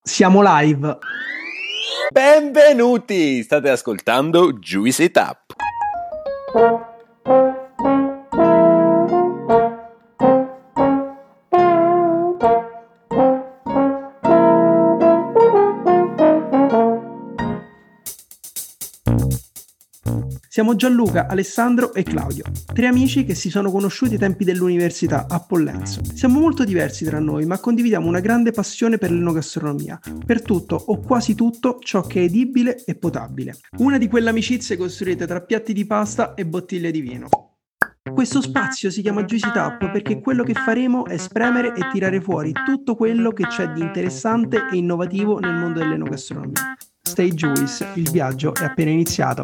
Siamo live. Benvenuti! State ascoltando Juice It Up. Siamo Gianluca, Alessandro e Claudio, tre amici che si sono conosciuti ai tempi dell'università a Pollenzo. Siamo molto diversi tra noi, ma condividiamo una grande passione per l'enogastronomia, per tutto o quasi tutto ciò che è edibile e potabile. Una di quelle amicizie costruite tra piatti di pasta e bottiglie di vino. Questo spazio si chiama Juicy It Up perché quello che faremo è spremere e tirare fuori tutto quello che c'è di interessante e innovativo nel mondo dell'enogastronomia. Stay Juice, il viaggio è appena iniziato.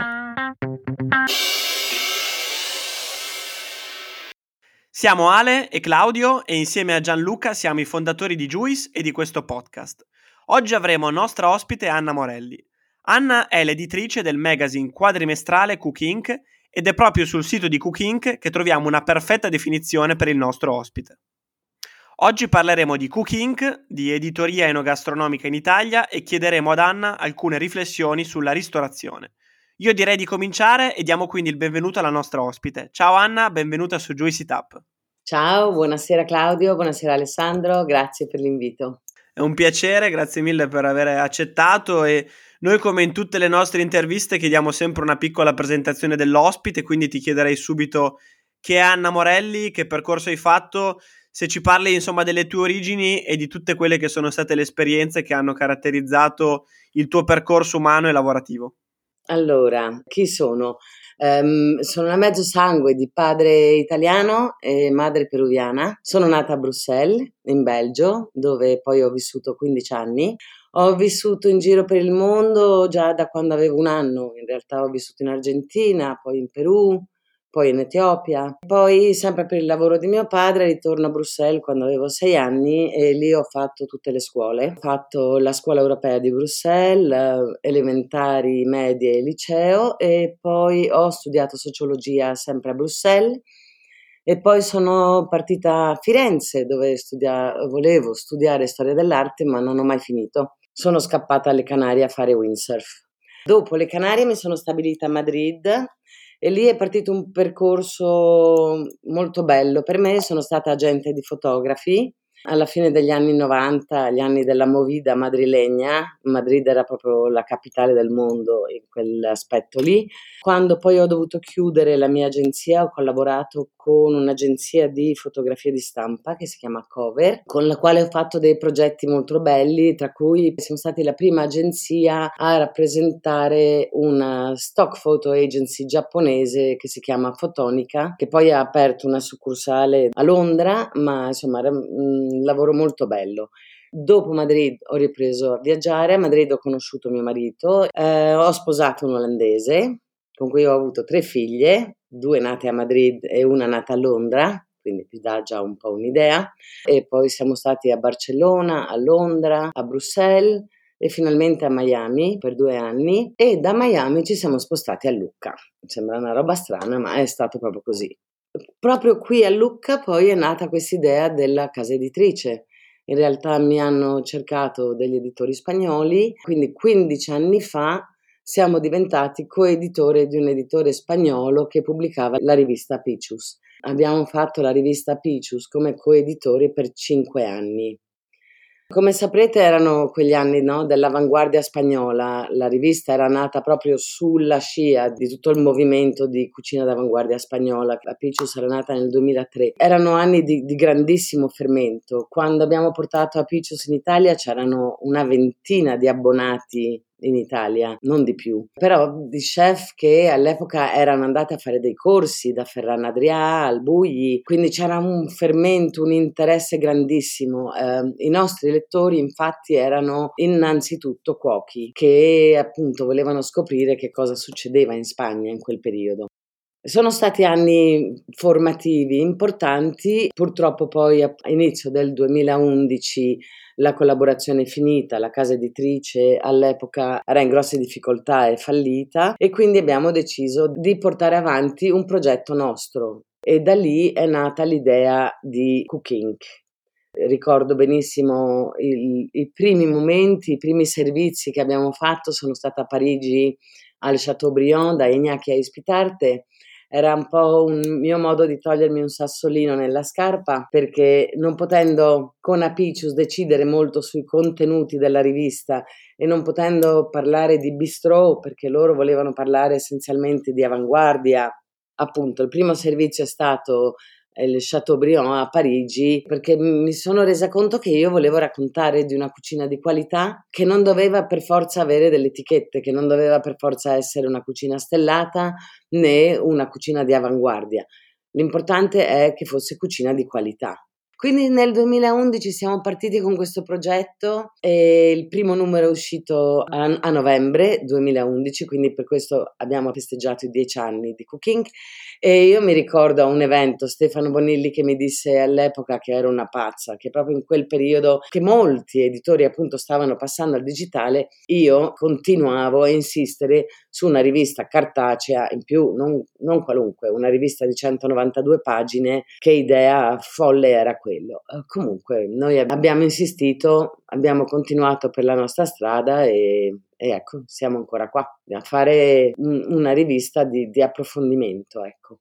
Siamo Ale e Claudio e insieme a Gianluca siamo i fondatori di Juice e di questo podcast. Oggi avremo nostra ospite Anna Morelli. Anna è l'editrice del magazine quadrimestrale Cook Inc. ed è proprio sul sito di Cook Inc. che troviamo una perfetta definizione per il nostro ospite. Oggi parleremo di Cook Inc., di editoria enogastronomica in Italia e chiederemo ad Anna alcune riflessioni sulla ristorazione. Io direi di cominciare e diamo quindi il benvenuto alla nostra ospite. Ciao Anna, benvenuta su Juice It Up. Ciao, buonasera Claudio, buonasera Alessandro, grazie per l'invito. È un piacere, grazie mille per aver accettato e noi come in tutte le nostre interviste chiediamo sempre una piccola presentazione dell'ospite, quindi ti chiederei subito chi è Anna Morelli, che percorso hai fatto, se ci parli insomma delle tue origini e di tutte quelle che sono state le esperienze che hanno caratterizzato il tuo percorso umano e lavorativo. Allora, chi sono? Sono una mezzo sangue di padre italiano e madre peruviana. Sono nata a Bruxelles, in Belgio, dove poi ho vissuto 15 anni. Ho vissuto in giro per il mondo già da quando avevo un anno. In realtà ho vissuto in Argentina, poi in Perù, poi in Etiopia. Poi, sempre per il lavoro di mio padre, ritorno a Bruxelles quando avevo 6 anni e lì ho fatto tutte le scuole. Ho fatto la scuola europea di Bruxelles, elementari, medie e liceo, e poi ho studiato sociologia sempre a Bruxelles. E poi sono partita a Firenze dove volevo studiare storia dell'arte, ma non ho mai finito. Sono scappata alle Canarie a fare windsurf. Dopo le Canarie mi sono stabilita a Madrid e lì è partito un percorso molto bello. Per me sono stata agente di fotografi alla fine degli anni 90, gli anni della movida madrilegna. Madrid era proprio la capitale del mondo in quell'aspetto lì. Quando poi ho dovuto chiudere la mia agenzia, ho collaborato con un'agenzia di fotografia di stampa che si chiama Cover, con la quale ho fatto dei progetti molto belli, tra cui siamo stati la prima agenzia a rappresentare una stock photo agency giapponese che si chiama Photonica, che poi ha aperto una succursale a Londra, ma insomma era un lavoro molto bello. Dopo Madrid ho ripreso a viaggiare, a Madrid ho conosciuto mio marito, ho sposato un olandese con cui ho avuto 3 figlie, 2 nate a Madrid e una nata a Londra, quindi ti dà già un po' un'idea. E poi siamo stati a Barcellona, a Londra, a Bruxelles e finalmente a Miami per 2 anni, e da Miami ci siamo spostati a Lucca. Sembra una roba strana, ma è stato proprio così. Proprio qui a Lucca poi è nata quest'idea della casa editrice. In realtà mi hanno cercato degli editori spagnoli, quindi 15 anni fa siamo diventati coeditore di un editore spagnolo che pubblicava la rivista Piccius. Abbiamo fatto la rivista Piccius come coeditori per 5 anni. Come saprete erano quegli anni, no, dell'avanguardia spagnola. La rivista era nata proprio sulla scia di tutto il movimento di cucina d'avanguardia spagnola. La Piccius era nata nel 2003. Erano anni di grandissimo fermento. Quando abbiamo portato a Piccius in Italia c'erano una ventina di abbonati in Italia, non di più, però di chef che all'epoca erano andati a fare dei corsi da Ferran Adrià al Bugli, quindi c'era un fermento, un interesse grandissimo. I nostri lettori infatti erano innanzitutto cuochi che appunto volevano scoprire che cosa succedeva in Spagna in quel periodo. Sono stati anni formativi importanti, purtroppo poi a inizio del 2011 la collaborazione è finita, la casa editrice all'epoca era in grosse difficoltà, è fallita, e quindi abbiamo deciso di portare avanti un progetto nostro e da lì è nata l'idea di Cook Inc. Ricordo benissimo i primi momenti, i primi servizi che abbiamo fatto. Sono stata a Parigi al Chateaubriand da Iñaki a Ispitarte. Era un po' un mio modo di togliermi un sassolino nella scarpa, perché non potendo con Apicius decidere molto sui contenuti della rivista e non potendo parlare di bistrò, perché loro volevano parlare essenzialmente di avanguardia, appunto il primo servizio è stato il Chateaubriand a Parigi, perché mi sono resa conto che io volevo raccontare di una cucina di qualità che non doveva per forza avere delle etichette, che non doveva per forza essere una cucina stellata né una cucina di avanguardia. L'importante è che fosse cucina di qualità. Quindi nel 2011 siamo partiti con questo progetto e il primo numero è uscito a novembre 2011, quindi per questo abbiamo festeggiato i 10 anni di Cooking. E io mi ricordo a un evento Stefano Bonilli che mi disse all'epoca che ero una pazza, che proprio in quel periodo che molti editori appunto stavano passando al digitale, io continuavo a insistere su una rivista cartacea, in più non qualunque, una rivista di 192 pagine, che idea folle era quello. Comunque noi abbiamo insistito, abbiamo continuato per la nostra strada e ecco, siamo ancora qua a fare una rivista di approfondimento, ecco.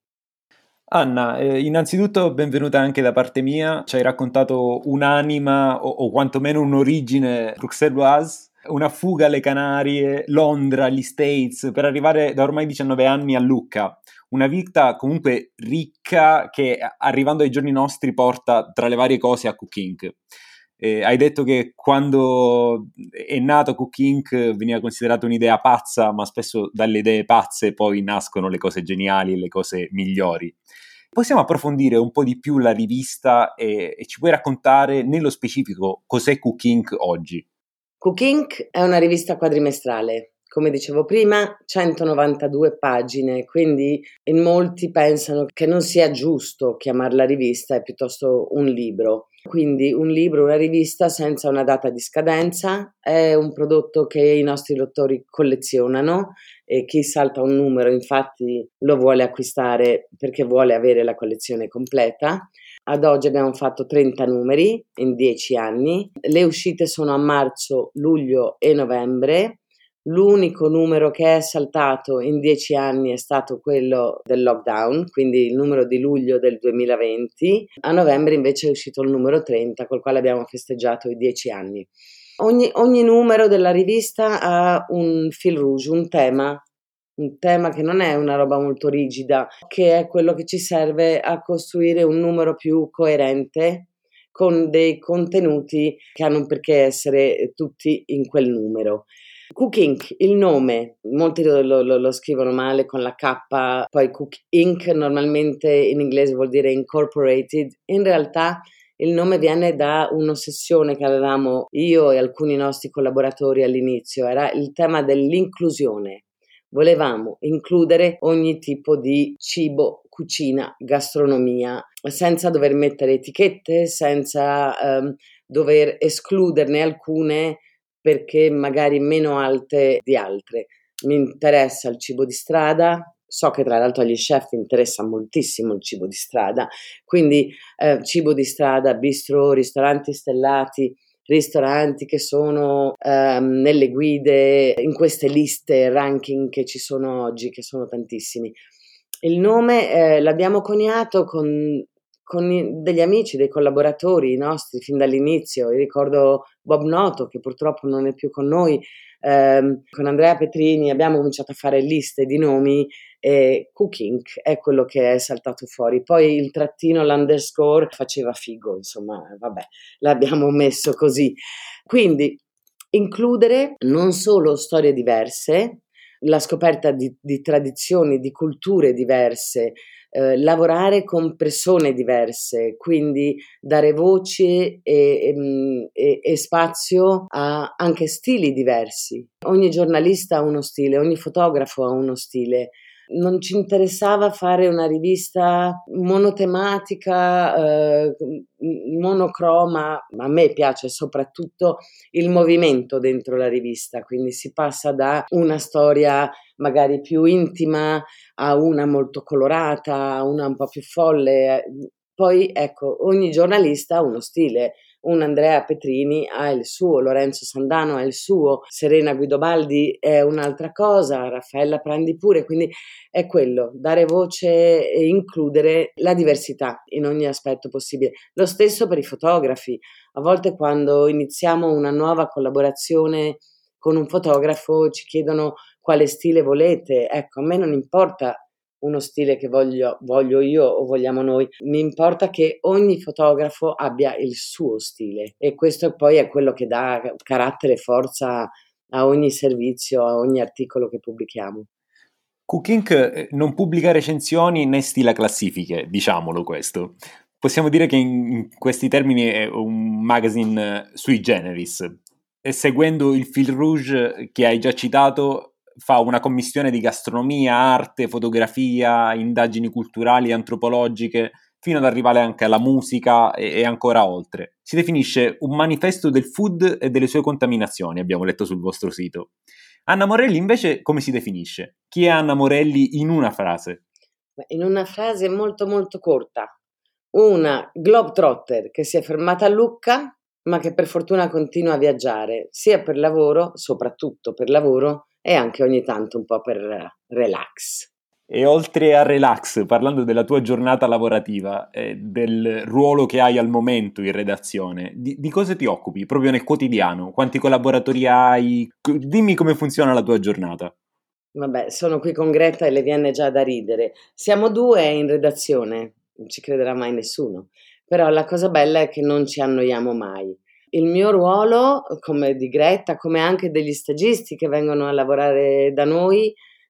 Anna, innanzitutto benvenuta anche da parte mia. Ci hai raccontato un'anima o quantomeno un'origine bruxelloise, una fuga alle Canarie, Londra, gli States, per arrivare da ormai 19 anni a Lucca. Una vita comunque ricca che arrivando ai giorni nostri porta tra le varie cose a Cook Inc. Hai detto che quando è nato Cook Inc. Veniva considerata un'idea pazza, ma spesso dalle idee pazze poi nascono le cose geniali e le cose migliori. Possiamo approfondire un po' di più la rivista e ci puoi raccontare nello specifico cos'è Cook Inc. oggi? Cook Inc. è una rivista quadrimestrale, come dicevo prima, 192 pagine, quindi in molti pensano che non sia giusto chiamarla rivista, è piuttosto un libro. Quindi un libro, una rivista senza una data di scadenza, è un prodotto che i nostri lettori collezionano e chi salta un numero infatti lo vuole acquistare perché vuole avere la collezione completa. Ad oggi abbiamo fatto 30 numeri in 10 anni, le uscite sono a marzo, luglio e novembre. L'unico numero che è saltato in 10 anni è stato quello del lockdown, quindi il numero di luglio del 2020. A novembre invece è uscito il numero 30, col quale abbiamo festeggiato i 10 anni. Ogni numero della rivista ha un fil rouge, un tema che non è una roba molto rigida, che è quello che ci serve a costruire un numero più coerente con dei contenuti che hanno un perché essere tutti in quel numero. Cook Inc., il nome, molti lo scrivono male con la K, poi Cook Inc. normalmente in inglese vuol dire incorporated, in realtà il nome viene da un'ossessione che avevamo io e alcuni nostri collaboratori all'inizio, era il tema dell'inclusione. Volevamo includere ogni tipo di cibo, cucina, gastronomia, senza dover mettere etichette, senza dover escluderne alcune perché magari meno alte di altre. Mi interessa il cibo di strada, so che tra l'altro agli chef interessa moltissimo il cibo di strada, quindi cibo di strada, bistrò, ristoranti stellati, ristoranti che sono nelle guide, in queste liste ranking che ci sono oggi, che sono tantissimi. Il nome l'abbiamo coniato con degli amici, dei collaboratori nostri fin dall'inizio. Io ricordo Bob Noto, che purtroppo non è più con noi, con Andrea Petrini abbiamo cominciato a fare liste di nomi e Cook Inc. è quello che è saltato fuori. Poi il trattino, l'underscore faceva figo, insomma, vabbè, l'abbiamo messo così. Quindi includere non solo storie diverse, la scoperta di tradizioni, di culture diverse, lavorare con persone diverse, quindi dare voce e spazio a anche stili diversi. Ogni giornalista ha uno stile, ogni fotografo ha uno stile. Non ci interessava fare una rivista monotematica, monocroma. A me piace soprattutto il movimento dentro la rivista, quindi si passa da una storia magari più intima a una molto colorata, a una un po' più folle. Poi ecco, ogni giornalista ha uno stile. un Andrea Petrini ha il suo, Lorenzo Sandano ha il suo, Serena Guidobaldi è un'altra cosa, Raffaella Prandi pure, quindi è quello, dare voce e includere la diversità in ogni aspetto possibile. Lo stesso per i fotografi. A volte quando iniziamo una nuova collaborazione con un fotografo ci chiedono quale stile volete. Ecco, a me non importa uno stile che voglio io o vogliamo noi, mi importa che ogni fotografo abbia il suo stile, e questo poi è quello che dà carattere e forza a ogni servizio, a ogni articolo che pubblichiamo. Cooking non pubblica recensioni né stila classifiche, diciamolo questo. Possiamo dire che in questi termini è un magazine sui generis, e seguendo il fil rouge che hai già citato fa una commistione di gastronomia, arte, fotografia, indagini culturali e antropologiche, fino ad arrivare anche alla musica e ancora oltre. Si definisce un manifesto del food e delle sue contaminazioni, abbiamo letto sul vostro sito. Anna Morelli invece come si definisce? Chi è Anna Morelli in una frase? In una frase molto molto corta: una globetrotter che si è fermata a Lucca, ma che per fortuna continua a viaggiare, sia per lavoro, soprattutto per lavoro, e anche ogni tanto un po' per relax. E oltre a relax, parlando della tua giornata lavorativa e del ruolo che hai al momento in redazione, di cosa ti occupi proprio nel quotidiano? Quanti collaboratori hai? Dimmi come funziona la tua giornata. Vabbè, sono qui con Greta e le viene già da ridere. Siamo 2 in redazione, non ci crederà mai nessuno, però la cosa bella è che non ci annoiamo mai. Il mio ruolo, come di Greta, come anche degli stagisti che vengono a lavorare da noi,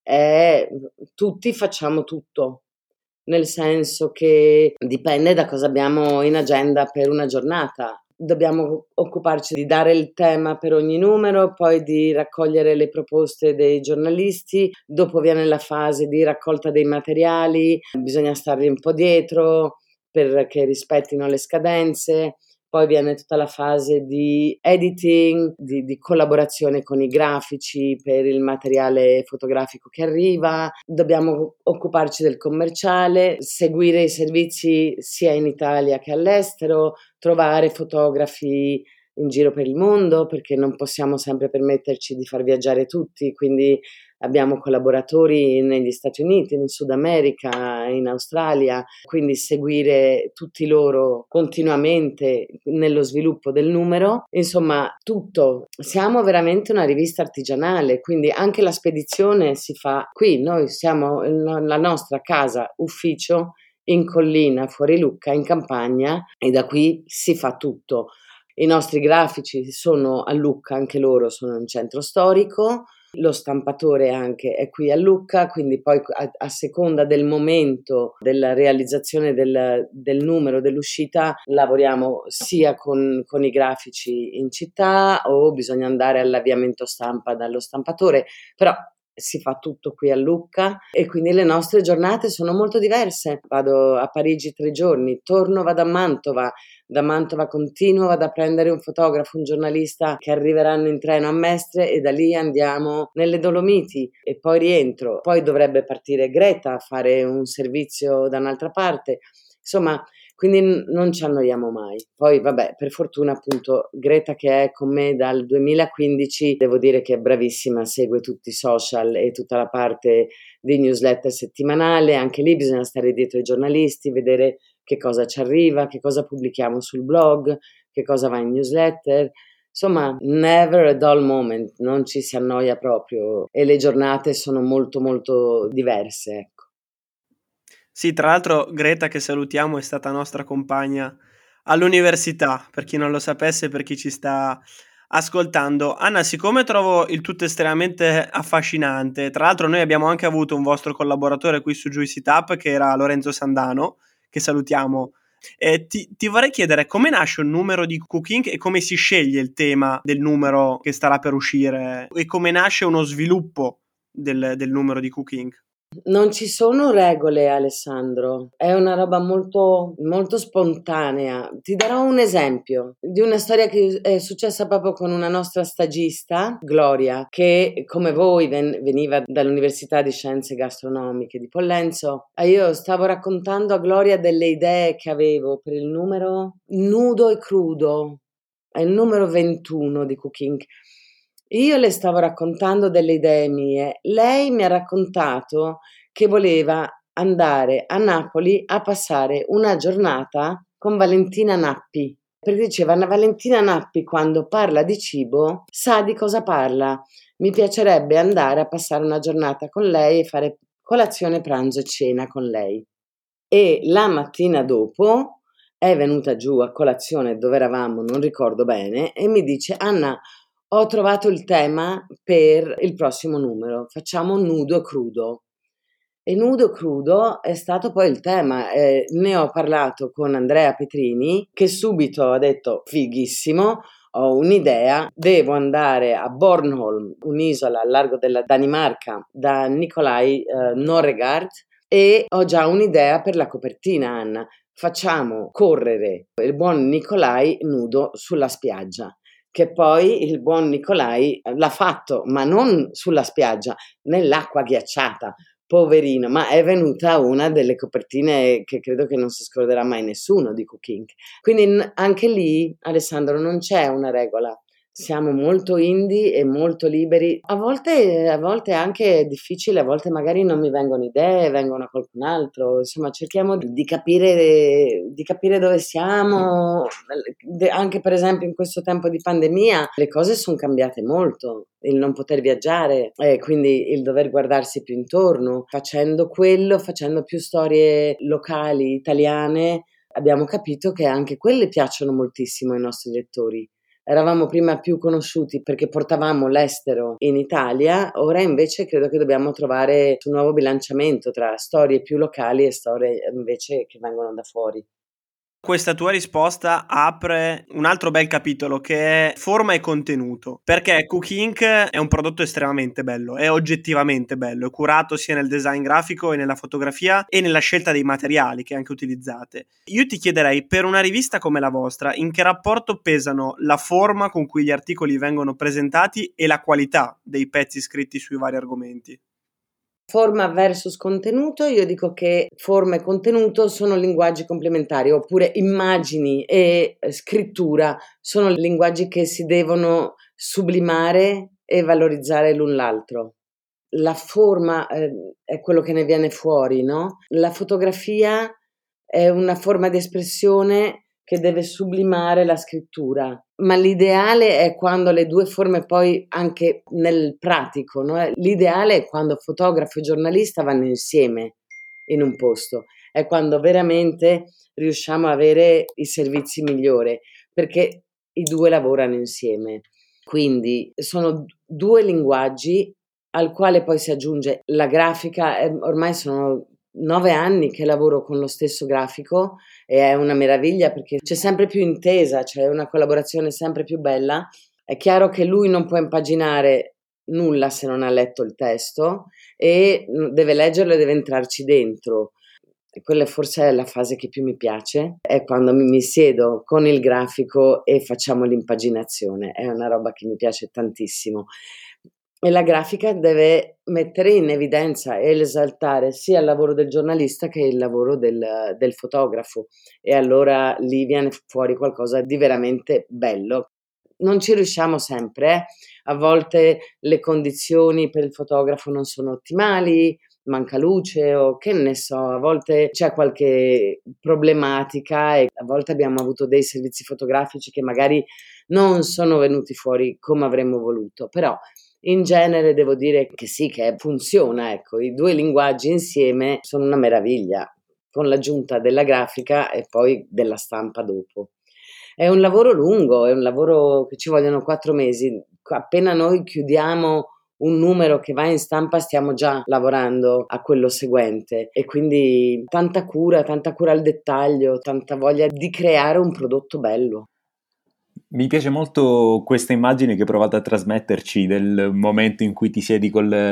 è tutti facciamo tutto, nel senso che dipende da cosa abbiamo in agenda per una giornata. Dobbiamo occuparci di dare il tema per ogni numero, poi di raccogliere le proposte dei giornalisti, dopo viene la fase di raccolta dei materiali, bisogna stargli un po' dietro perché rispettino le scadenze. Poi viene tutta la fase di editing, di collaborazione con i grafici per il materiale fotografico che arriva. Dobbiamo occuparci del commerciale, seguire i servizi sia in Italia che all'estero, trovare fotografi in giro per il mondo, perché non possiamo sempre permetterci di far viaggiare tutti, quindi abbiamo collaboratori negli Stati Uniti, in Sud America, in Australia, quindi seguire tutti loro continuamente nello sviluppo del numero. Insomma, tutto. Siamo veramente una rivista artigianale, quindi anche la spedizione si fa qui. Noi siamo la nostra casa ufficio in collina, fuori Lucca, in campagna, e da qui si fa tutto. I nostri grafici sono a Lucca, anche loro sono in centro storico. Lo stampatore anche è qui a Lucca, quindi poi a seconda del momento della realizzazione del numero, dell'uscita, lavoriamo sia con i grafici in città o bisogna andare all'avviamento stampa dallo stampatore, però si fa tutto qui a Lucca e quindi le nostre giornate sono molto diverse. Vado a Parigi 3 giorni, torno, vado a Mantova, da Mantova continuo, vado a prendere un fotografo, un giornalista che arriveranno in treno a Mestre e da lì andiamo nelle Dolomiti e poi rientro. Poi dovrebbe partire Greta a fare un servizio da un'altra parte. Insomma, quindi non ci annoiamo mai. Poi vabbè, per fortuna appunto Greta, che è con me dal 2015, devo dire che è bravissima, segue tutti i social e tutta la parte di newsletter settimanale. Anche lì bisogna stare dietro ai giornalisti, vedere che cosa ci arriva, che cosa pubblichiamo sul blog, che cosa va in newsletter. Insomma, never a dull moment, non ci si annoia proprio e le giornate sono molto molto diverse, ecco. Sì, tra l'altro Greta, che salutiamo, è stata nostra compagna all'università, per chi non lo sapesse, per chi ci sta ascoltando. Anna, siccome trovo il tutto estremamente affascinante, tra l'altro noi abbiamo anche avuto un vostro collaboratore qui su Juice It Up, che era Lorenzo Sandano, che salutiamo. Ti vorrei chiedere come nasce un numero di Cooking e come si sceglie il tema del numero che starà per uscire e come nasce uno sviluppo del numero di Cooking. Non ci sono regole, Alessandro, è una roba molto, molto spontanea. Ti darò un esempio di una storia che è successa proprio con una nostra stagista, Gloria, che come voi veniva dall'Università di Scienze Gastronomiche di Pollenzo. E io stavo raccontando a Gloria delle idee che avevo per il numero nudo e crudo. è il numero 21 di Cooking. Io le stavo raccontando delle idee mie, lei mi ha raccontato che voleva andare a Napoli a passare una giornata con Valentina Nappi, perché diceva Valentina Nappi quando parla di cibo sa di cosa parla, mi piacerebbe andare a passare una giornata con lei e fare colazione, pranzo e cena con lei. E la mattina dopo è venuta giù a colazione dove eravamo, non ricordo bene, e mi dice Anna, ho trovato il tema per il prossimo numero, facciamo nudo crudo. E nudo crudo è stato poi il tema, ne ho parlato con Andrea Petrini che subito ha detto fighissimo, ho un'idea, devo andare a Bornholm, un'isola al largo della Danimarca, da Nicolai Norregard e ho già un'idea per la copertina, Anna. Facciamo correre il buon Nicolai nudo sulla spiaggia, che poi il buon Nicolai l'ha fatto, ma non sulla spiaggia, nell'acqua ghiacciata. Poverino, ma è venuta una delle copertine che credo che non si scorderà mai nessuno di Cooking. Quindi anche lì, Alessandro, non c'è una regola. Siamo molto indie e molto liberi. A volte anche è difficile, a volte magari non mi vengono idee, vengono a qualcun altro. Insomma, cerchiamo di capire dove siamo. Anche per esempio in questo tempo di pandemia le cose sono cambiate molto. Il non poter viaggiare, quindi il dover guardarsi più intorno, facendo più storie locali, italiane, abbiamo capito che anche quelle piacciono moltissimo ai nostri lettori. Eravamo prima più conosciuti perché portavamo l'estero in Italia, ora invece credo che dobbiamo trovare un nuovo bilanciamento tra storie più locali e storie invece che vengono da fuori. Questa tua risposta apre un altro bel capitolo che è forma e contenuto, perché Cooking è un prodotto estremamente bello, è oggettivamente bello, è curato sia nel design grafico e nella fotografia e nella scelta dei materiali che anche utilizzate. Io ti chiederei, per una rivista come la vostra, in che rapporto pesano la forma con cui gli articoli vengono presentati e la qualità dei pezzi scritti sui vari argomenti? Forma versus contenuto, io dico che forma e contenuto sono linguaggi complementari, oppure immagini e scrittura sono linguaggi che si devono sublimare e valorizzare l'un l'altro. La forma è quello che ne viene fuori, no? La fotografia è una forma di espressione che deve sublimare la scrittura, ma l'ideale è quando le due forme poi anche nel pratico, no? L'ideale è quando fotografo e giornalista vanno insieme in un posto, è quando veramente riusciamo a avere i servizi migliori, perché i due lavorano insieme. Quindi sono due linguaggi al quale poi si aggiunge la grafica, ormai sono 9 anni che lavoro con lo stesso grafico e è una meraviglia perché c'è sempre più intesa, c'è una collaborazione sempre più bella. È chiaro che lui non può impaginare nulla se non ha letto il testo e deve leggerlo e deve entrarci dentro. E quella forse è la fase che più mi piace, è quando mi siedo con il grafico e facciamo l'impaginazione, è una roba che mi piace tantissimo. E la grafica deve mettere in evidenza e esaltare sia il lavoro del giornalista che il lavoro del fotografo, e allora lì viene fuori qualcosa di veramente bello. Non ci riusciamo sempre, a volte le condizioni per il fotografo non sono ottimali, manca luce o che ne so, a volte c'è qualche problematica e a volte abbiamo avuto dei servizi fotografici che magari non sono venuti fuori come avremmo voluto, però in genere devo dire che sì, che funziona, ecco, i due linguaggi insieme sono una meraviglia, con l'aggiunta della grafica e poi della stampa dopo. È un lavoro lungo, è un lavoro che ci vogliono 4 mesi. Appena noi chiudiamo un numero che va in stampa stiamo già lavorando a quello seguente e quindi tanta cura al dettaglio, tanta voglia di creare un prodotto bello. Mi piace molto questa immagine che provate a trasmetterci del momento in cui ti siedi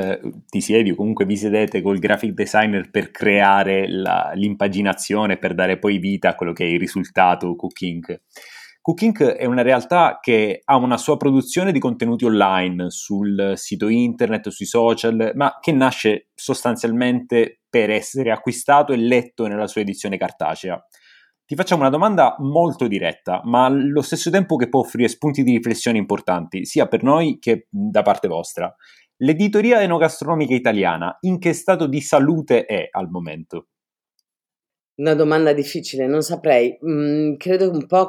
o comunque vi sedete col graphic designer per creare l'impaginazione, per dare poi vita a quello che è il risultato Cooking. Cooking è una realtà che ha una sua produzione di contenuti online sul sito internet, sui social, ma che nasce sostanzialmente per essere acquistato e letto nella sua edizione cartacea. Ti facciamo una domanda molto diretta, ma allo stesso tempo che può offrire spunti di riflessione importanti, sia per noi che da parte vostra. L'editoria enogastronomica italiana, in che stato di salute è al momento? Una domanda difficile, non saprei. Credo un po'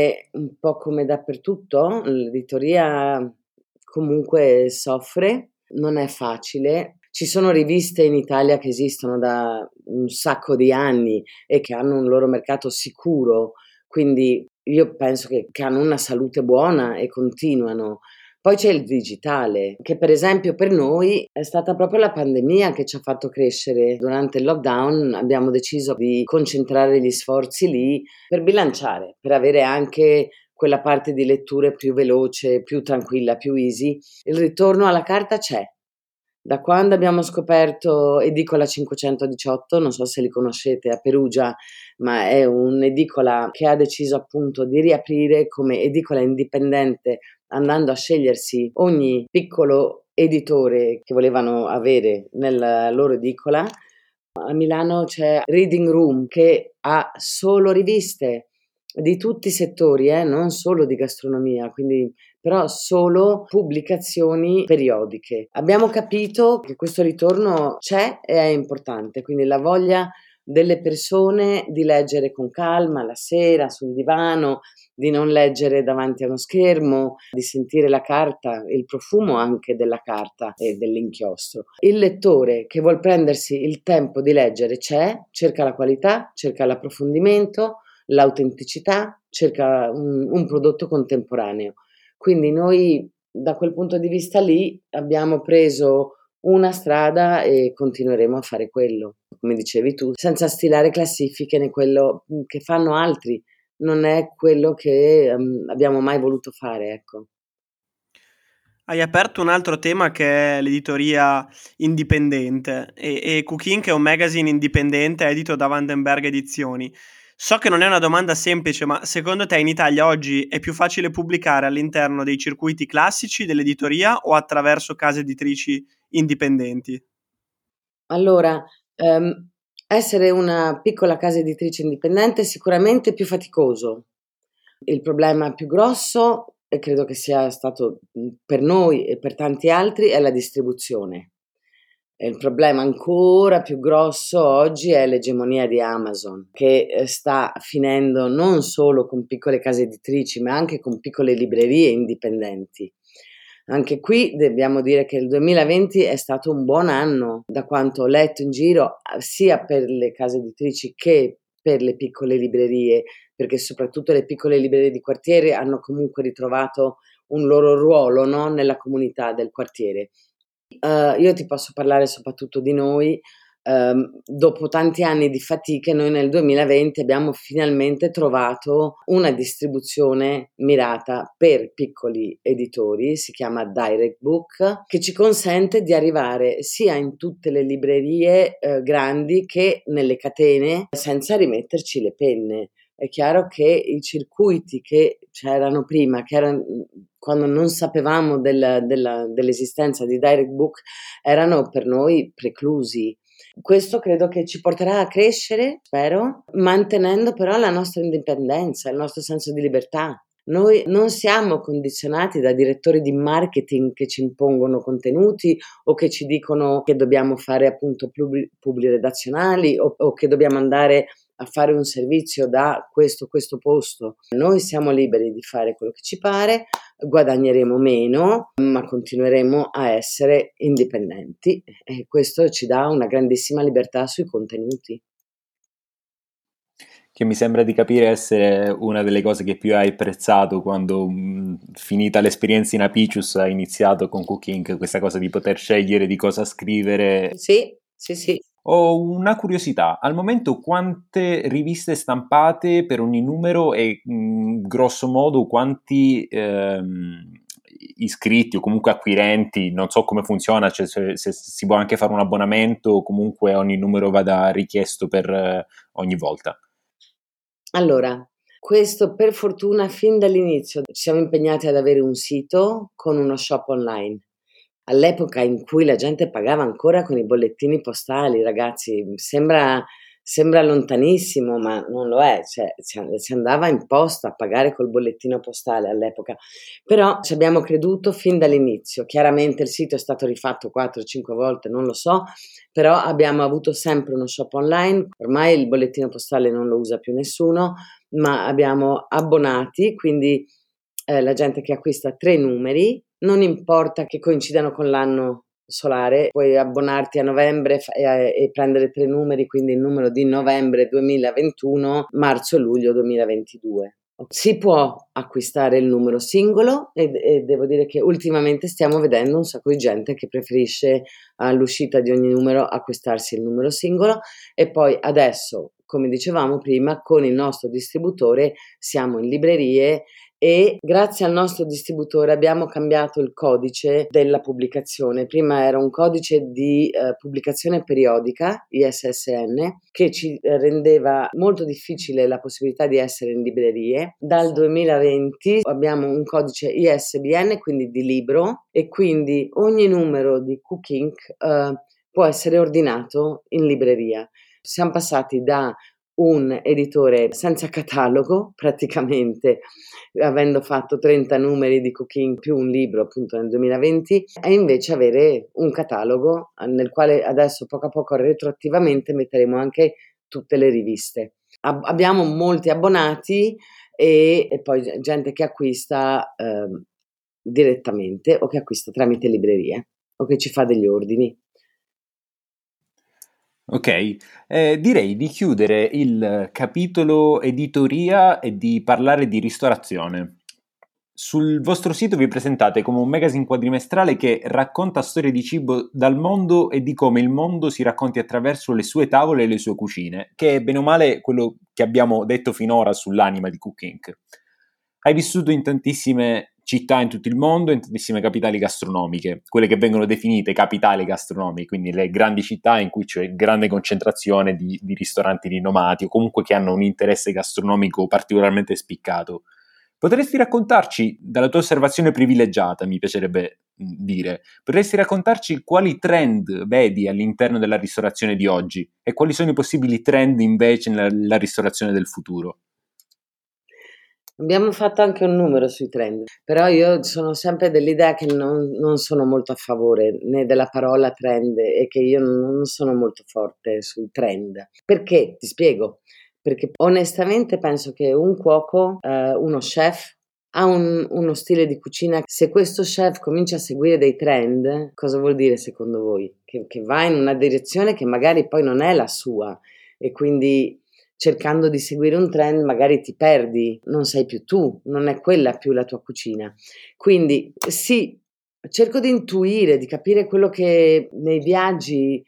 come dappertutto, l'editoria comunque soffre, non è facile. Ci sono riviste in Italia che esistono da un sacco di anni e che hanno un loro mercato sicuro, quindi io penso che hanno una salute buona e continuano. Poi c'è il digitale, che per esempio per noi è stata proprio la pandemia che ci ha fatto crescere. Durante il lockdown abbiamo deciso di concentrare gli sforzi lì per bilanciare, per avere anche quella parte di letture più veloce, più tranquilla, più easy. Il ritorno alla carta c'è. Da quando abbiamo scoperto Edicola 518, non so se li conoscete, a Perugia, ma è un'edicola che ha deciso appunto di riaprire come edicola indipendente, andando a scegliersi ogni piccolo editore che volevano avere nella loro edicola. A Milano c'è Reading Room che ha solo riviste di tutti i settori, non solo di gastronomia, quindi però solo pubblicazioni periodiche. Abbiamo capito che questo ritorno c'è e è importante, quindi la voglia delle persone di leggere con calma la sera sul divano, di non leggere davanti a uno schermo, di sentire la carta, il profumo anche della carta e dell'inchiostro. Il lettore che vuol prendersi il tempo di leggere c'è, cerca la qualità, cerca l'approfondimento, l'autenticità, cerca un prodotto contemporaneo. Quindi noi da quel punto di vista lì abbiamo preso una strada e continueremo a fare quello, come dicevi tu, senza stilare classifiche né quello che fanno altri. Non è quello che abbiamo mai voluto fare, ecco. Hai aperto un altro tema che è l'editoria indipendente e Cooking è un magazine indipendente edito da Vandenberg Edizioni. So che non è una domanda semplice, ma secondo te in Italia oggi è più facile pubblicare all'interno dei circuiti classici dell'editoria o attraverso case editrici indipendenti? Allora, essere una piccola casa editrice indipendente è sicuramente più faticoso. Il problema più grosso, e credo che sia stato per noi e per tanti altri, è la distribuzione. E il problema ancora più grosso oggi è l'egemonia di Amazon, che sta finendo non solo con piccole case editrici, ma anche con piccole librerie indipendenti. Anche qui dobbiamo dire che il 2020 è stato un buon anno, da quanto ho letto in giro, sia per le case editrici che per le piccole librerie, perché soprattutto le piccole librerie di quartiere hanno comunque ritrovato un loro ruolo, no? Nella comunità del quartiere. Io ti posso parlare soprattutto di noi. Dopo tanti anni di fatiche, noi nel 2020 abbiamo finalmente trovato una distribuzione mirata per piccoli editori, si chiama Direct Book, che ci consente di arrivare sia in tutte le librerie grandi che nelle catene senza rimetterci le penne. È chiaro che i circuiti che c'erano prima, che erano quando non sapevamo dell'esistenza di Direct Book, erano per noi preclusi. Questo credo che ci porterà a crescere, spero, mantenendo però la nostra indipendenza, il nostro senso di libertà. Noi non siamo condizionati da direttori di marketing che ci impongono contenuti o che ci dicono che dobbiamo fare appunto publi redazionali o che dobbiamo andare a fare un servizio da questo posto. Noi siamo liberi di fare quello che ci pare, guadagneremo meno, ma continueremo a essere indipendenti e questo ci dà una grandissima libertà sui contenuti. Che mi sembra di capire essere una delle cose che più hai apprezzato quando, finita l'esperienza in Apicius, hai iniziato con Cooking, questa cosa di poter scegliere di cosa scrivere. Sì, sì, sì. Ho una curiosità, al momento quante riviste stampate per ogni numero e grosso modo quanti iscritti o comunque acquirenti, non so come funziona, cioè se si può anche fare un abbonamento o comunque ogni numero vada richiesto per ogni volta. Allora, questo per fortuna fin dall'inizio ci siamo impegnati ad avere un sito con uno shop online. All'epoca in cui la gente pagava ancora con i bollettini postali, ragazzi, sembra Sembra lontanissimo, ma non lo è, cioè si andava in posta a pagare col bollettino postale all'epoca, però ci abbiamo creduto fin dall'inizio. Chiaramente il sito è stato rifatto 4-5 volte, non lo so, però abbiamo avuto sempre uno shop online. Ormai il bollettino postale non lo usa più nessuno, ma abbiamo abbonati, quindi la gente che acquista 3 numeri, non importa che coincidano con l'anno solare, puoi abbonarti a novembre e prendere 3 numeri, quindi il numero di novembre 2021, marzo e luglio 2022. Si può acquistare il numero singolo e devo dire che ultimamente stiamo vedendo un sacco di gente che preferisce all'uscita di ogni numero acquistarsi il numero singolo, e poi adesso, come dicevamo prima, con il nostro distributore siamo in librerie e grazie al nostro distributore abbiamo cambiato il codice della pubblicazione. Prima era un codice di pubblicazione periodica, ISSN, che ci rendeva molto difficile la possibilità di essere in librerie. Dal 2020 abbiamo un codice ISBN, quindi di libro, e quindi ogni numero di Cook Inc. Può essere ordinato in libreria. Siamo passati da un editore senza catalogo, praticamente, avendo fatto 30 numeri di Cook Inc. più un libro appunto nel 2020, e invece avere un catalogo nel quale adesso poco a poco retroattivamente metteremo anche tutte le riviste. Abbiamo molti abbonati e poi gente che acquista direttamente o che acquista tramite librerie o che ci fa degli ordini. Ok, direi di chiudere il capitolo editoria e di parlare di ristorazione. Sul vostro sito vi presentate come un magazine quadrimestrale che racconta storie di cibo dal mondo e di come il mondo si racconti attraverso le sue tavole e le sue cucine, che è bene o male quello che abbiamo detto finora sull'anima di Cook Inc. Hai vissuto in tantissime città in tutto il mondo, in tantissime capitali gastronomiche, quelle che vengono definite capitali gastronomiche, quindi le grandi città in cui c'è grande concentrazione di ristoranti rinomati o comunque che hanno un interesse gastronomico particolarmente spiccato. Potresti raccontarci, dalla tua osservazione privilegiata, mi piacerebbe dire, potresti raccontarci quali trend vedi all'interno della ristorazione di oggi e quali sono i possibili trend invece nella ristorazione del futuro? Abbiamo fatto anche un numero sui trend, però io sono sempre dell'idea che non sono molto a favore né della parola trend e che io non sono molto forte sul trend. Perché? Ti spiego. Perché onestamente penso che un cuoco, uno chef, ha uno stile di cucina. Se questo chef comincia a seguire dei trend, cosa vuol dire secondo voi? Che va in una direzione che magari poi non è la sua e quindi cercando di seguire un trend magari ti perdi, non sei più tu, non è quella più la tua cucina. Quindi sì, cerco di intuire, di capire quello che nei viaggi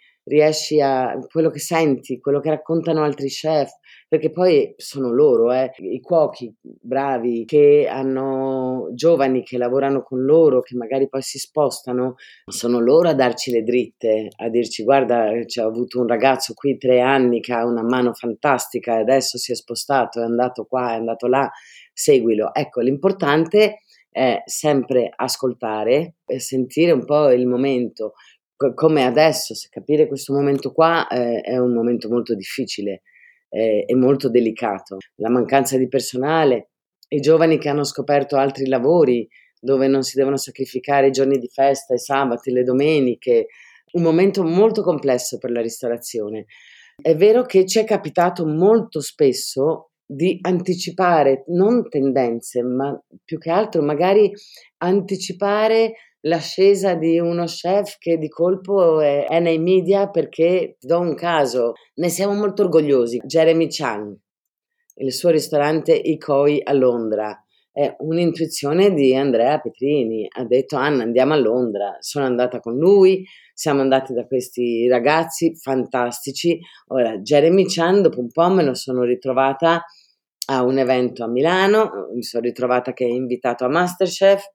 quello che senti, quello che raccontano altri chef, perché poi sono loro, i cuochi bravi che hanno giovani che lavorano con loro, che magari poi si spostano, sono loro a darci le dritte, a dirci guarda, ho avuto un ragazzo qui 3 anni che ha una mano fantastica e adesso si è spostato, è andato qua, è andato là, seguilo. Ecco, l'importante è sempre ascoltare e sentire un po' il momento. Come adesso, se capire questo momento qua è un momento molto difficile e molto delicato. La mancanza di personale, i giovani che hanno scoperto altri lavori dove non si devono sacrificare i giorni di festa, i sabati, le domeniche, un momento molto complesso per la ristorazione. È vero che ci è capitato molto spesso di anticipare non tendenze, ma più che altro magari anticipare l'ascesa di uno chef che di colpo è nei media perché, ti do un caso, ne siamo molto orgogliosi, Jeremy Chang, il suo ristorante Ikoi a Londra. È un'intuizione di Andrea Petrini, ha detto Anna andiamo a Londra, sono andata con lui, siamo andati da questi ragazzi fantastici. Ora Jeremy Chan dopo un po' me lo sono ritrovata a un evento a Milano, mi sono ritrovata che è invitato a MasterChef,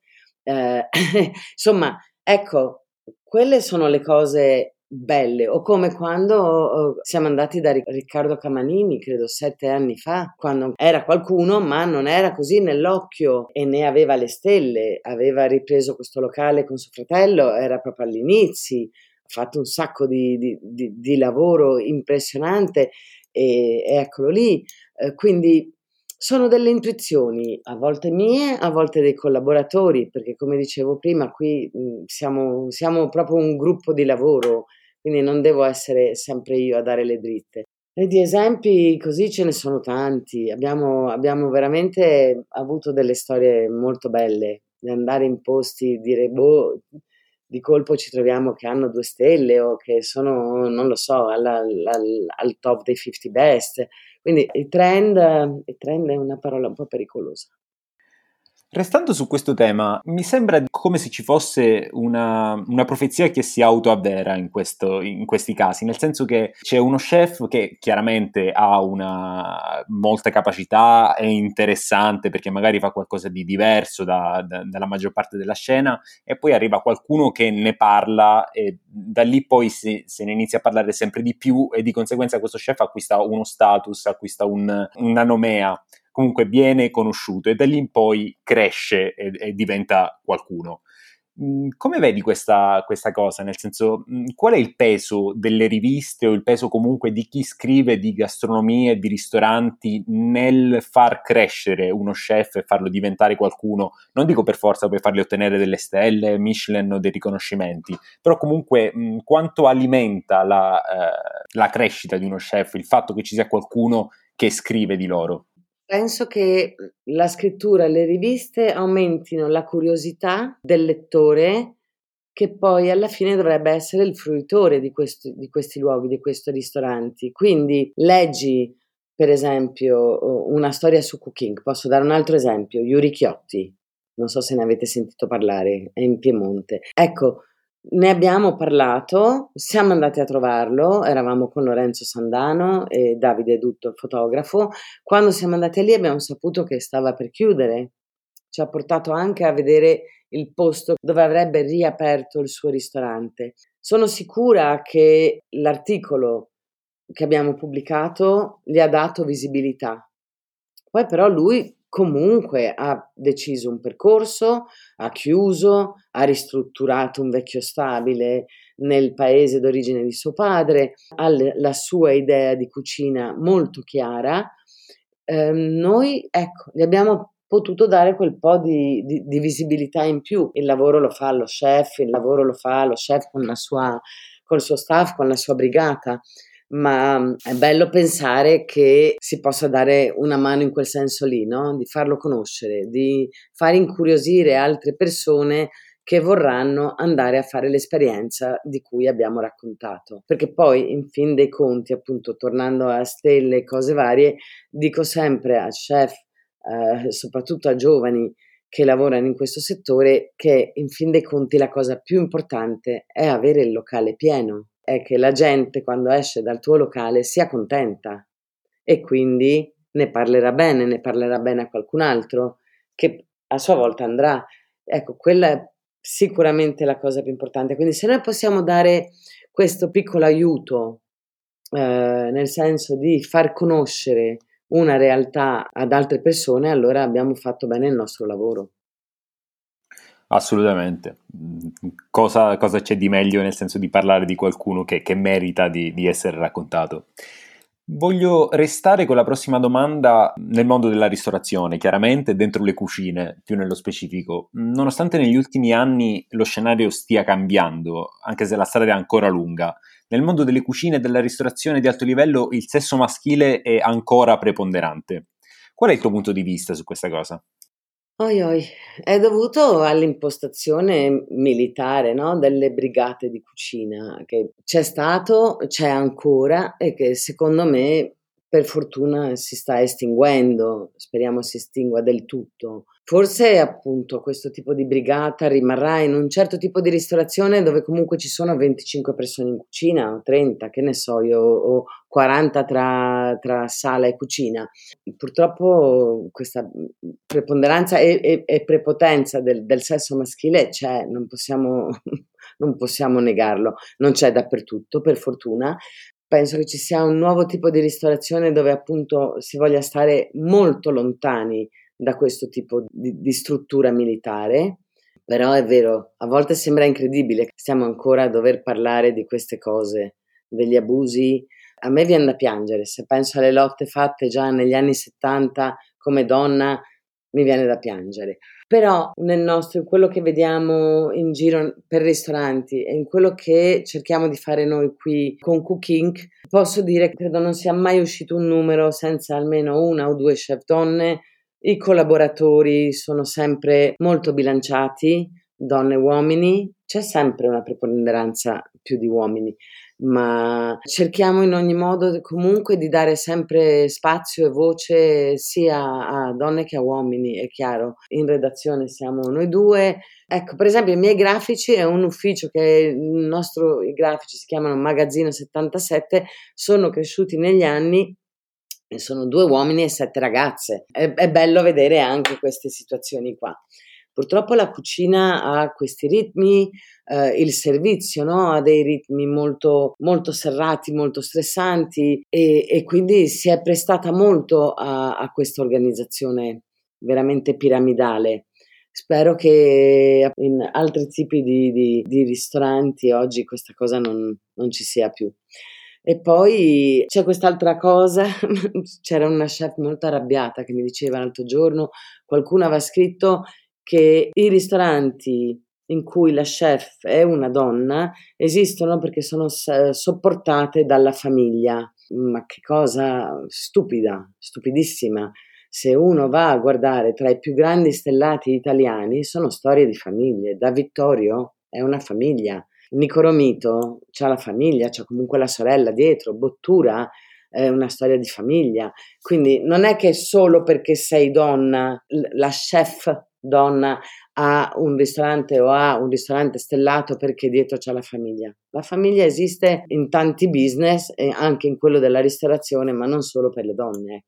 insomma ecco, quelle sono le cose belle, o come quando siamo andati da Riccardo Camanini, credo 7 anni fa, quando era qualcuno ma non era così nell'occhio e ne aveva le stelle, aveva ripreso questo locale con suo fratello, era proprio all'inizio, ha fatto un sacco di lavoro impressionante e eccolo lì. Quindi sono delle intuizioni, a volte mie, a volte dei collaboratori, perché come dicevo prima qui siamo proprio un gruppo di lavoro, quindi non devo essere sempre io a dare le dritte. E di esempi così ce ne sono tanti, abbiamo veramente avuto delle storie molto belle, di andare in posti, dire boh, di colpo ci troviamo che hanno 2 stelle o che sono, non lo so, al top dei 50 best. Quindi il trend è una parola un po' pericolosa. Restando su questo tema, mi sembra come se ci fosse una profezia che si autoavvera in questi casi, nel senso che c'è uno chef che chiaramente ha una molta capacità, è interessante perché magari fa qualcosa di diverso dalla maggior parte della scena, e poi arriva qualcuno che ne parla e da lì poi se ne inizia a parlare sempre di più e di conseguenza questo chef acquista uno status, acquista una nomea. Comunque viene conosciuto e da lì in poi cresce e diventa qualcuno. Come vedi questa cosa? Nel senso, qual è il peso delle riviste o il peso comunque di chi scrive di gastronomia e di ristoranti nel far crescere uno chef e farlo diventare qualcuno? Non dico per forza per fargli ottenere delle stelle, Michelin o dei riconoscimenti, però comunque quanto alimenta la crescita di uno chef il fatto che ci sia qualcuno che scrive di loro? Penso che la scrittura e le riviste aumentino la curiosità del lettore, che poi alla fine dovrebbe essere il fruitore di questi luoghi, di questi ristoranti. Quindi leggi, per esempio, una storia su cooking. Posso dare un altro esempio, Yuri Chiotti. Non so se ne avete sentito parlare, è in Piemonte. Ecco, ne abbiamo parlato, siamo andati a trovarlo, eravamo con Lorenzo Sandano e Davide Dutto, il fotografo. Quando siamo andati lì abbiamo saputo che stava per chiudere. Ci ha portato anche a vedere il posto dove avrebbe riaperto il suo ristorante. Sono sicura che l'articolo che abbiamo pubblicato gli ha dato visibilità. Poi però lui comunque ha deciso un percorso, ha chiuso, ha ristrutturato un vecchio stabile nel paese d'origine di suo padre, ha la sua idea di cucina molto chiara. Noi, ecco, gli abbiamo potuto dare quel po' di visibilità in più. Il lavoro lo fa lo chef, il lavoro lo fa lo chef col suo staff, con la sua brigata, ma è bello pensare che si possa dare una mano in quel senso lì, no? Di farlo conoscere, di far incuriosire altre persone che vorranno andare a fare l'esperienza di cui abbiamo raccontato. Perché poi, in fin dei conti, appunto, tornando a stelle e cose varie, dico sempre a chef, soprattutto a giovani che lavorano in questo settore, che in fin dei conti la cosa più importante è avere il locale pieno, è che la gente quando esce dal tuo locale sia contenta e quindi ne parlerà bene a qualcun altro che a sua volta andrà. Ecco, quella è sicuramente la cosa più importante. Quindi se noi possiamo dare questo piccolo aiuto, nel senso di far conoscere una realtà ad altre persone, allora abbiamo fatto bene il nostro lavoro. Assolutamente. Cosa c'è di meglio nel senso di parlare di qualcuno che merita di essere raccontato? Voglio restare con la prossima domanda nel mondo della ristorazione, chiaramente dentro le cucine, più nello specifico. Nonostante negli ultimi anni lo scenario stia cambiando, anche se la strada è ancora lunga, nel mondo delle cucine e della ristorazione di alto livello il sesso maschile è ancora preponderante. Qual è il tuo punto di vista su questa cosa? Oi, oi, è dovuto all'impostazione militare, no, delle brigate di cucina che c'è stato, c'è ancora e che secondo me per fortuna si sta estinguendo, speriamo si estingua del tutto. Forse appunto questo tipo di brigata rimarrà in un certo tipo di ristorazione dove comunque ci sono 25 persone in cucina, o 30, che ne so io, o 40 tra sala e cucina. Purtroppo questa preponderanza e prepotenza del sesso maschile c'è, non possiamo non possiamo negarlo. Non c'è dappertutto, per fortuna. Penso che ci sia un nuovo tipo di ristorazione dove appunto si voglia stare molto lontani da questo tipo di struttura militare, però è vero, a volte sembra incredibile che stiamo ancora a dover parlare di queste cose, degli abusi A me viene da piangere, se penso alle lotte fatte già negli anni 70 come donna, mi viene da piangere. Però in quello che vediamo in giro per ristoranti e in quello che cerchiamo di fare noi qui con Cooking, posso dire che credo non sia mai uscito un numero senza almeno 1 o 2 chef donne. I collaboratori sono sempre molto bilanciati, donne e uomini, c'è sempre una preponderanza più di uomini, ma cerchiamo in ogni modo comunque di dare sempre spazio e voce sia a donne che a uomini, è chiaro. In redazione siamo noi due. Ecco, per esempio i miei grafici è un ufficio che i grafici si chiamano Magazzino 77, sono cresciuti negli anni e sono 2 uomini e 7 ragazze. È bello vedere anche queste situazioni qua. Purtroppo la cucina ha questi ritmi, il servizio, no, ha dei ritmi molto, molto serrati, molto stressanti e quindi si è prestata molto a questa organizzazione veramente piramidale. Spero che in altri tipi di ristoranti oggi questa cosa non ci sia più. E poi c'è quest'altra cosa, c'era una chef molto arrabbiata che mi diceva l'altro giorno, qualcuno aveva scritto che i ristoranti in cui la chef è una donna esistono perché sono sopportate dalla famiglia. Ma che cosa stupida, stupidissima. Se uno va a guardare tra i più grandi stellati italiani, sono storie di famiglie. Da Vittorio è una famiglia. Nico Romito c'ha la famiglia, c'ha comunque la sorella dietro. Bottura è una storia di famiglia. Quindi non è che solo perché sei donna, la chef donna ha un ristorante o ha un ristorante stellato perché dietro c'è la famiglia. La famiglia esiste in tanti business e anche in quello della ristorazione, ma non solo per le donne.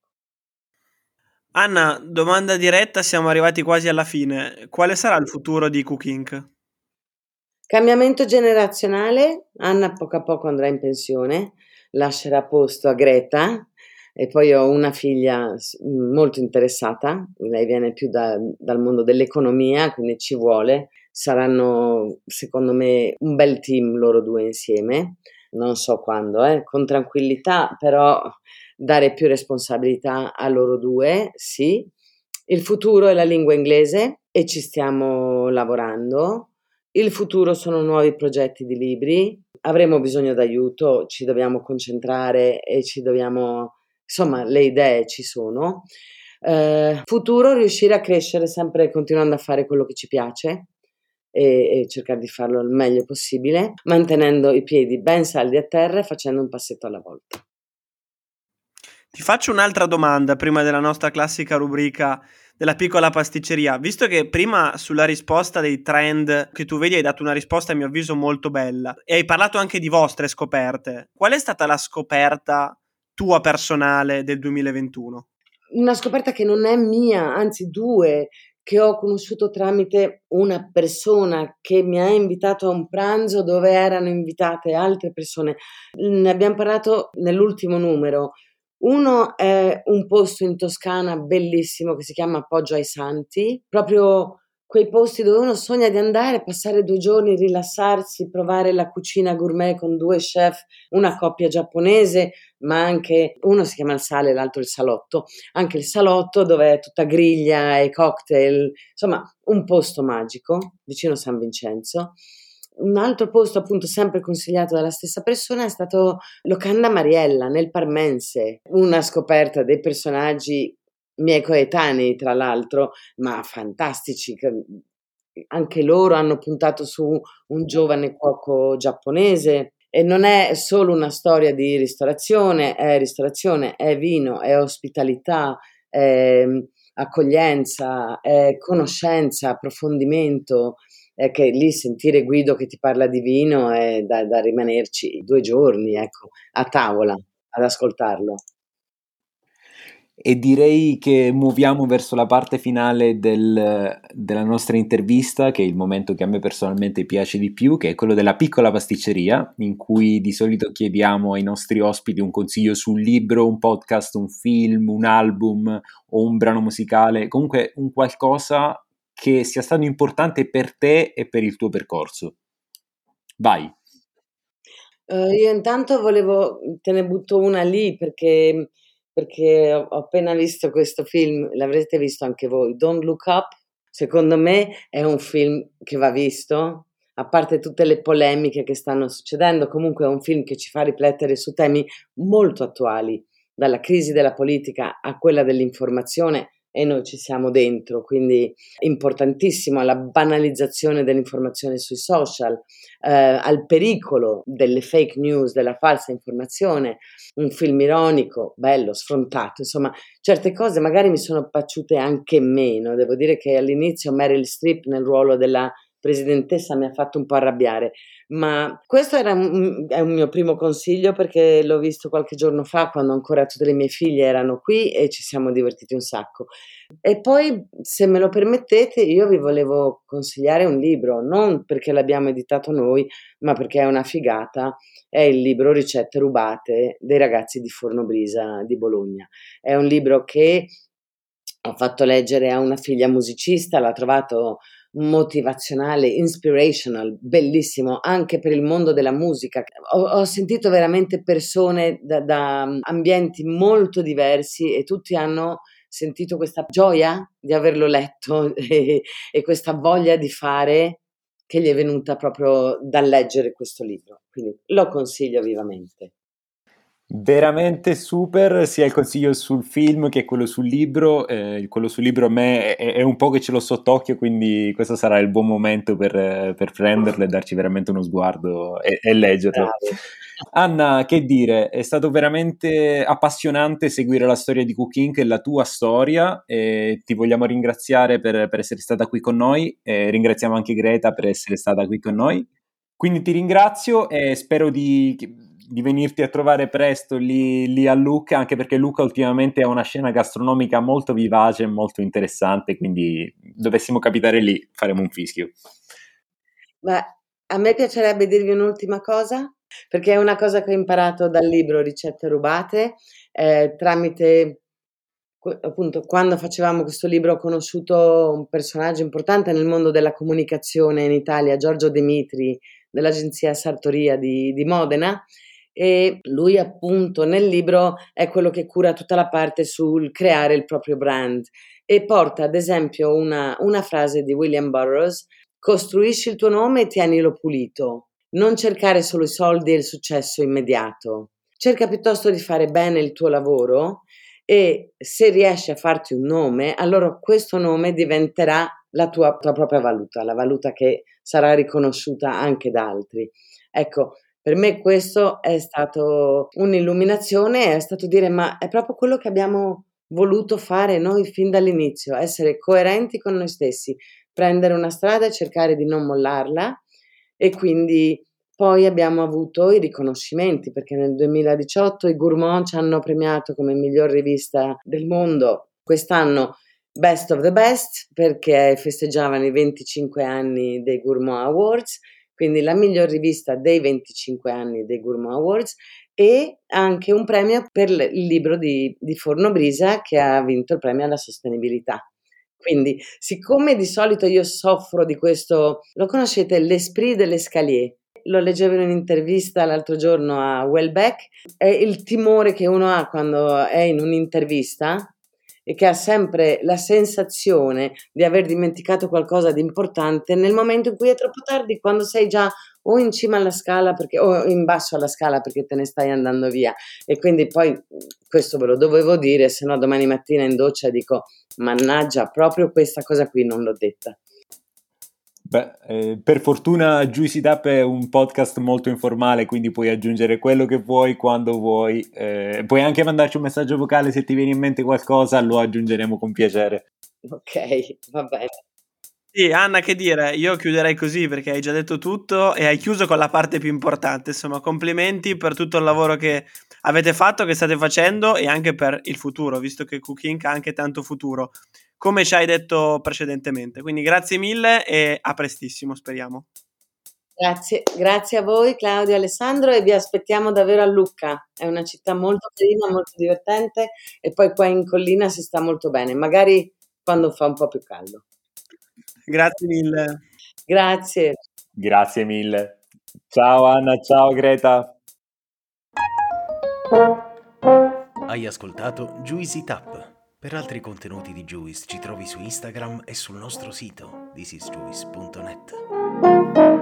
Anna, domanda diretta, siamo arrivati quasi alla fine. Quale sarà il futuro di Cooking? Cambiamento generazionale, Anna poco a poco andrà in pensione, lascerà posto a Greta e poi ho una figlia molto interessata, lei viene più dal mondo dell'economia, quindi ci vuole, saranno secondo me un bel team loro due insieme, non so quando, con tranquillità, però dare più responsabilità a loro due, sì. Il futuro è la lingua inglese e ci stiamo lavorando. Il futuro sono nuovi progetti di libri, avremo bisogno d'aiuto, ci dobbiamo concentrare e insomma, le idee ci sono. Futuro riuscire a crescere sempre continuando a fare quello che ci piace e cercare di farlo il meglio possibile, mantenendo i piedi ben saldi a terra e facendo un passetto alla volta. Ti faccio un'altra domanda prima della nostra classica rubrica della piccola pasticceria. Visto che prima sulla risposta dei trend che tu vedi hai dato una risposta a mio avviso molto bella e hai parlato anche di vostre scoperte, qual è stata la scoperta tua personale del 2021? Una scoperta che non è mia, anzi 2, che ho conosciuto tramite una persona che mi ha invitato a un pranzo dove erano invitate altre persone. Ne abbiamo parlato nell'ultimo numero. Uno è un posto in Toscana bellissimo che si chiama Poggio ai Santi, proprio quei posti dove uno sogna di andare, passare 2 giorni, rilassarsi, provare la cucina gourmet con 2 chef, una coppia giapponese, ma anche uno si chiama il Sale, l'altro il Salotto, anche il Salotto dove è tutta griglia e cocktail, insomma un posto magico vicino San Vincenzo. Un altro posto appunto sempre consigliato dalla stessa persona è stato Locanda Mariella nel Parmense, una scoperta dei personaggi miei coetanei tra l'altro, ma fantastici, anche loro hanno puntato su un giovane cuoco giapponese e non è solo una storia di ristorazione, è vino, è ospitalità, è accoglienza, è conoscenza, approfondimento, è che lì sentire Guido che ti parla di vino è da rimanerci 2 giorni, ecco, a tavola ad ascoltarlo. E direi che muoviamo verso la parte finale della nostra intervista, che è il momento che a me personalmente piace di più, che è quello della piccola pasticceria, in cui di solito chiediamo ai nostri ospiti un consiglio su un libro, un podcast, un film, un album o un brano musicale, comunque un qualcosa che sia stato importante per te e per il tuo percorso. Vai! Io intanto te ne butto una lì perché ho appena visto questo film, l'avrete visto anche voi, Don't Look Up. Secondo me è un film che va visto, a parte tutte le polemiche che stanno succedendo, comunque è un film che ci fa riflettere su temi molto attuali, dalla crisi della politica a quella dell'informazione, e noi ci siamo dentro, quindi importantissimo, alla banalizzazione dell'informazione sui social, al pericolo delle fake news, della falsa informazione, un film ironico, bello, sfrontato, insomma, certe cose magari mi sono piaciute anche meno. Devo dire che all'inizio Meryl Streep nel ruolo della presidentessa mi ha fatto un po' arrabbiare, ma questo è un mio primo consiglio perché l'ho visto qualche giorno fa quando ancora tutte le mie figlie erano qui e ci siamo divertiti un sacco. E poi, se me lo permettete, io vi volevo consigliare un libro, non perché l'abbiamo editato noi, ma perché è una figata. È il libro Ricette rubate dei ragazzi di Fornobrisa di Bologna. È un libro che ho fatto leggere a una figlia musicista, l'ha trovato motivazionale, inspirational, bellissimo anche per il mondo della musica. Ho sentito veramente persone da ambienti molto diversi e tutti hanno sentito questa gioia di averlo letto e questa voglia di fare che gli è venuta proprio dal leggere questo libro. Quindi lo consiglio vivamente. Veramente super, sia il consiglio sul film che quello sul libro. Quello sul libro a me è un po' che ce l'ho sott'occhio, quindi questo sarà il buon momento per prenderlo e darci veramente uno sguardo e leggerlo. Bravo. Anna, che dire, è stato veramente appassionante seguire la storia di Cooking e la tua storia, e ti vogliamo ringraziare per essere stata qui con noi, e ringraziamo anche Greta per essere stata qui con noi. Quindi ti ringrazio e spero di venirti a trovare presto lì a Lucca, anche perché Lucca ultimamente ha una scena gastronomica molto vivace e molto interessante, quindi dovessimo capitare lì faremo un fischio. Ma a me piacerebbe dirvi un'ultima cosa, perché è una cosa che ho imparato dal libro Ricette rubate, tramite appunto quando facevamo questo libro ho conosciuto un personaggio importante nel mondo della comunicazione in Italia, Giorgio Demitri, dell'agenzia Sartoria di Modena, e lui appunto nel libro è quello che cura tutta la parte sul creare il proprio brand e porta ad esempio una frase di William Burroughs: costruisci il tuo nome e tienilo pulito, non cercare solo i soldi e il successo immediato, cerca piuttosto di fare bene il tuo lavoro e se riesci a farti un nome, allora questo nome diventerà la tua propria valuta, la valuta che sarà riconosciuta anche da altri. Ecco, per me questo è stato un'illuminazione, è stato dire ma è proprio quello che abbiamo voluto fare noi fin dall'inizio, essere coerenti con noi stessi, prendere una strada e cercare di non mollarla e quindi poi abbiamo avuto i riconoscimenti perché nel 2018 i Gourmand ci hanno premiato come miglior rivista del mondo, quest'anno Best of the Best perché festeggiavano i 25 anni dei Gourmand Awards, quindi la miglior rivista dei 25 anni dei Gourmand Awards e anche un premio per il libro di Fornobrisa che ha vinto il premio alla sostenibilità. Quindi, siccome di solito io soffro di questo, lo conoscete, l'esprit de l'escalier? Lo leggevo in un'intervista l'altro giorno a Welbeck, è il timore che uno ha quando è in un'intervista e che ha sempre la sensazione di aver dimenticato qualcosa di importante nel momento in cui è troppo tardi, quando sei già o in cima alla scala o in basso alla scala perché te ne stai andando via. E quindi poi questo ve lo dovevo dire, se no domani mattina in doccia dico mannaggia, proprio questa cosa qui non l'ho detta. Beh, per fortuna Juicy It Up è un podcast molto informale, quindi puoi aggiungere quello che vuoi quando vuoi. Puoi anche mandarci un messaggio vocale se ti viene in mente qualcosa, lo aggiungeremo con piacere. Ok, va bene. Sì, Anna, che dire, io chiuderei così perché hai già detto tutto e hai chiuso con la parte più importante. Insomma, complimenti per tutto il lavoro che avete fatto, che state facendo e anche per il futuro, visto che Cooking ha anche tanto futuro, come ci hai detto precedentemente. Quindi grazie mille e a prestissimo, speriamo. Grazie a voi Claudio e Alessandro e vi aspettiamo davvero a Lucca, è una città molto carina, molto divertente e poi qua in collina si sta molto bene, magari quando fa un po' più caldo. Grazie mille. Grazie. Grazie mille. Ciao Anna, ciao Greta. Hai ascoltato Juice It Up. Per altri contenuti di Juice ci trovi su Instagram e sul nostro sito thisisjuice.net.